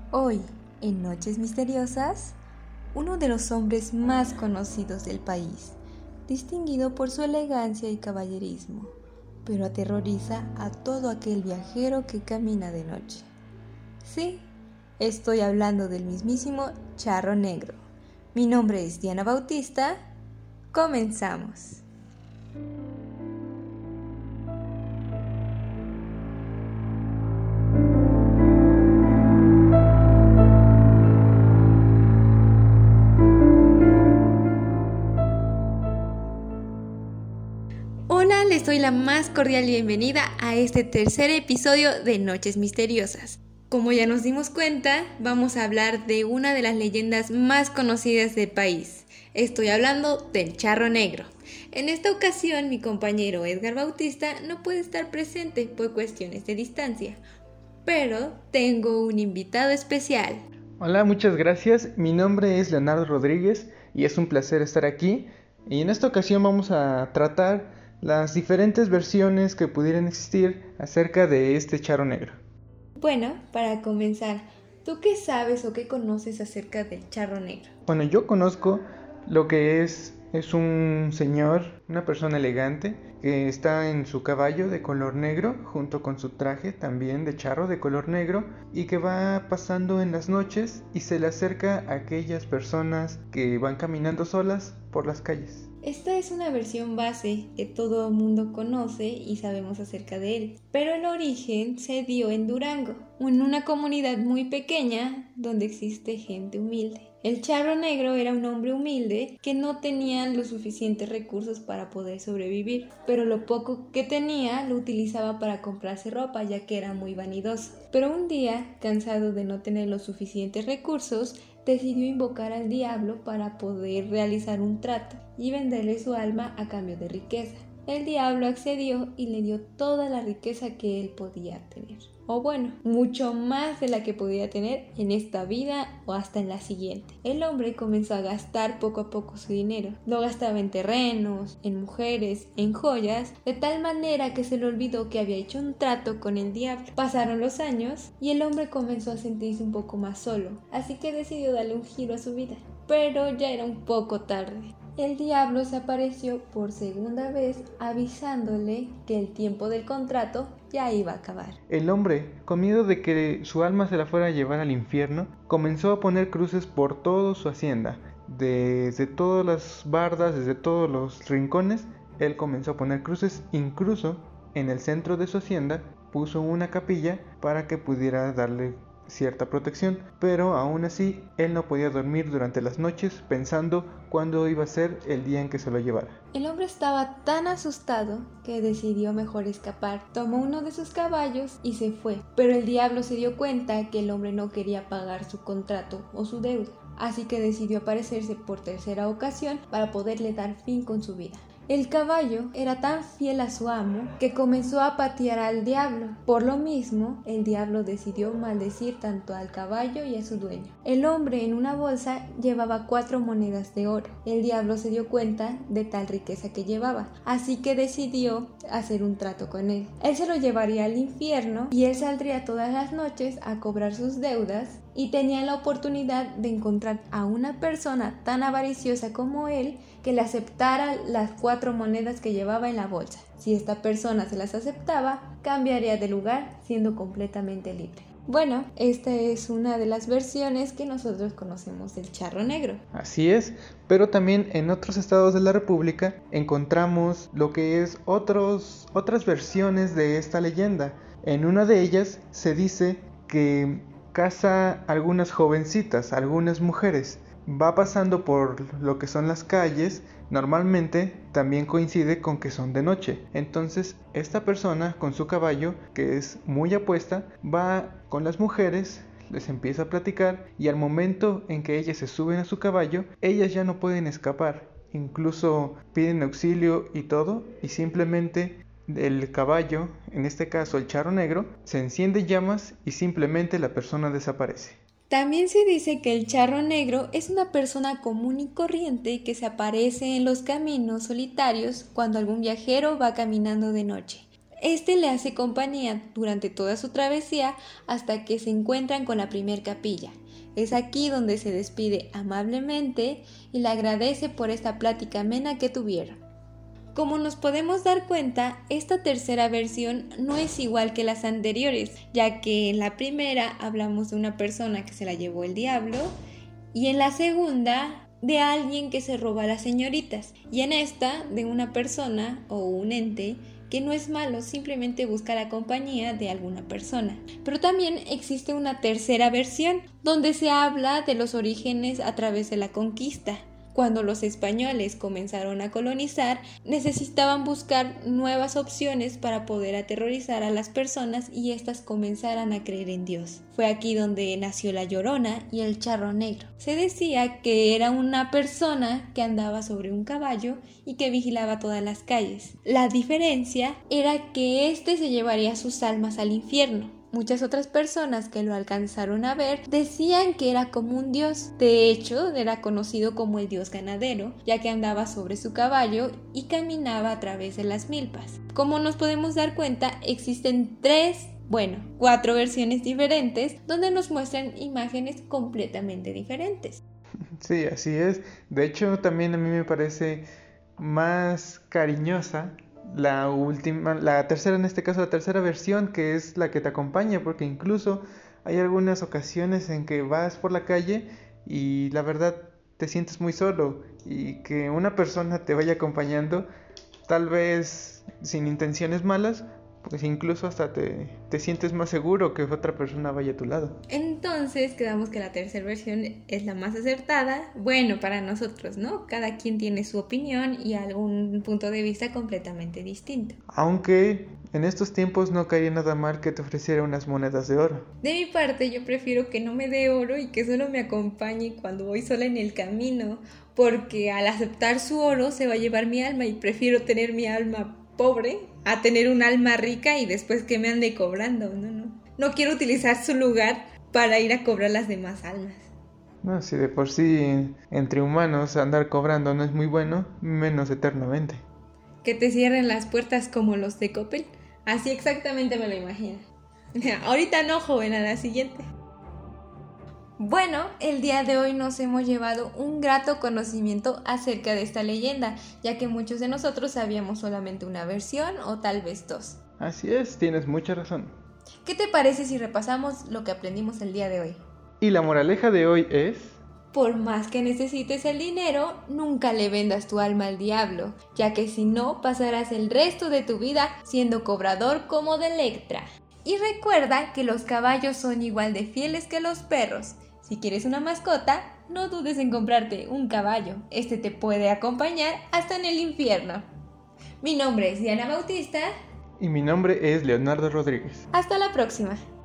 Hoy, en Noches Misteriosas, uno de los hombres más conocidos del país, distinguido por su elegancia y caballerismo, pero aterroriza a todo aquel viajero que camina de noche. Sí, estoy hablando del mismísimo Charro Negro. Mi nombre es Diana Bautista. Comenzamos. Hola, les doy la más cordial bienvenida a este tercer episodio de Noches Misteriosas. Como ya nos dimos cuenta, vamos a hablar de una de las leyendas más conocidas del país. Estoy hablando del Charro Negro. En esta ocasión, mi compañero Edgar Bautista no puede estar presente por cuestiones de distancia, pero tengo un invitado especial. Hola, muchas gracias. Mi nombre es Leonardo Rodríguez y es un placer estar aquí. Y en esta ocasión vamos a tratar las diferentes versiones que pudieran existir acerca de este Charro Negro. Bueno, para comenzar, ¿tú qué sabes o qué conoces acerca del Charro Negro? Bueno, yo conozco lo que es un señor, una persona elegante, que está en su caballo de color negro, junto con su traje también de charro de color negro, y que va pasando en las noches y se le acerca a aquellas personas que van caminando solas por las calles. Esta es una versión base que todo el mundo conoce y sabemos acerca de él, pero el origen se dio en Durango, en una comunidad muy pequeña donde existe gente humilde. El Charro Negro era un hombre humilde que no tenía los suficientes recursos para poder sobrevivir, pero lo poco que tenía lo utilizaba para comprarse ropa, ya que era muy vanidoso. Pero un día, cansado de no tener los suficientes recursos, decidió invocar al diablo para poder realizar un trato y venderle su alma a cambio de riqueza. El diablo accedió y le dio toda la riqueza que él podía tener. O bueno, mucho más de la que podía tener en esta vida o hasta en la siguiente. El hombre comenzó a gastar poco a poco su dinero. Lo gastaba en terrenos, en mujeres, en joyas, de tal manera que se le olvidó que había hecho un trato con el diablo. Pasaron los años y el hombre comenzó a sentirse un poco más solo, así que decidió darle un giro a su vida. Pero ya era un poco tarde. El diablo se apareció por segunda vez avisándole que el tiempo del contrato ya iba a acabar. El hombre, con miedo de que su alma se la fuera a llevar al infierno, comenzó a poner cruces por toda su hacienda. Desde todas las bardas, desde todos los rincones, él comenzó a poner cruces. Incluso en el centro de su hacienda puso una capilla para que pudiera darle cierta protección, pero aún así él no podía dormir durante las noches pensando cuándo iba a ser el día en que se lo llevara. El hombre estaba tan asustado que decidió mejor escapar. Tomó uno de sus caballos y se fue, pero el diablo se dio cuenta que el hombre no quería pagar su contrato o su deuda, así que decidió aparecerse por tercera ocasión para poderle dar fin con su vida. El caballo era tan fiel a su amo que comenzó a patear al diablo. Por lo mismo, el diablo decidió maldecir tanto al caballo y a su dueño. El hombre en una bolsa llevaba 4 monedas de oro. El diablo se dio cuenta de tal riqueza que llevaba, así que decidió hacer un trato con él. Él se lo llevaría al infierno y él saldría todas las noches a cobrar sus deudas y tenía la oportunidad de encontrar a una persona tan avariciosa como él que le aceptara las 4 monedas que llevaba en la bolsa. Si esta persona se las aceptaba, cambiaría de lugar siendo completamente libre. Bueno, esta es una de las versiones que nosotros conocemos del Charro Negro. Así es, pero también en otros estados de la República encontramos lo que es otras versiones de esta leyenda. En una de ellas se dice que caza algunas jovencitas, algunas mujeres. Va pasando por lo que son las calles, normalmente también coincide con que son de noche. Entonces esta persona con su caballo, que es muy apuesta, va con las mujeres, les empieza a platicar y al momento en que ellas se suben a su caballo, ellas ya no pueden escapar. Incluso piden auxilio y todo, y simplemente el caballo, en este caso el Charro Negro, se enciende en llamas y simplemente la persona desaparece. También se dice que el Charro Negro es una persona común y corriente que se aparece en los caminos solitarios cuando algún viajero va caminando de noche. Este le hace compañía durante toda su travesía hasta que se encuentran con la primer capilla. Es aquí donde se despide amablemente y le agradece por esta plática amena que tuvieron. Como nos podemos dar cuenta, esta tercera versión no es igual que las anteriores, ya que en la primera hablamos de una persona que se la llevó el diablo y en la segunda de alguien que se roba a las señoritas y en esta de una persona o un ente que no es malo, simplemente busca la compañía de alguna persona. Pero también existe una tercera versión donde se habla de los orígenes a través de la conquista. Cuando los españoles comenzaron a colonizar, necesitaban buscar nuevas opciones para poder aterrorizar a las personas y éstas comenzaran a creer en Dios. Fue aquí donde nació la Llorona y el Charro Negro. Se decía que era una persona que andaba sobre un caballo y que vigilaba todas las calles. La diferencia era que éste se llevaría sus almas al infierno. Muchas otras personas que lo alcanzaron a ver decían que era como un dios. De hecho, era conocido como el dios ganadero, ya que andaba sobre su caballo y caminaba a través de las milpas. Como nos podemos dar cuenta, existen 4 versiones diferentes donde nos muestran imágenes completamente diferentes. Sí, así es. De hecho, también a mí me parece más cariñosa la tercera, en este caso la tercera versión, que es la que te acompaña, porque incluso hay algunas ocasiones en que vas por la calle y la verdad te sientes muy solo y que una persona te vaya acompañando, tal vez sin intenciones malas, pues incluso hasta te sientes más seguro que otra persona vaya a tu lado. Entonces quedamos que la tercera versión es la más acertada, bueno, para nosotros, ¿no? Cada quien tiene su opinión y algún punto de vista completamente distinto. Aunque en estos tiempos no caería nada mal que te ofreciera unas monedas de oro. De mi parte, yo prefiero que no me dé oro y que solo me acompañe cuando voy sola en el camino, porque al aceptar su oro se va a llevar mi alma y prefiero tener mi alma pobre a tener un alma rica y después que me ande cobrando. No quiero utilizar su lugar para ir a cobrar las demás almas. No, si de por sí entre humanos andar cobrando no es muy bueno, menos eternamente. Que te cierren las puertas como los de Coppel. Así exactamente me lo imagino. Ahorita no, joven, a la siguiente. Bueno, el día de hoy nos hemos llevado un grato conocimiento acerca de esta leyenda, ya que muchos de nosotros sabíamos solamente una versión o tal vez 2. Así es, tienes mucha razón. ¿Qué te parece si repasamos lo que aprendimos el día de hoy? Y la moraleja de hoy es: por más que necesites el dinero, nunca le vendas tu alma al diablo, ya que si no, pasarás el resto de tu vida siendo cobrador como de Electra. Y recuerda que los caballos son igual de fieles que los perros. Si quieres una mascota, no dudes en comprarte un caballo. Este te puede acompañar hasta en el infierno. Mi nombre es Diana Bautista. Y mi nombre es Leonardo Rodríguez. Hasta la próxima.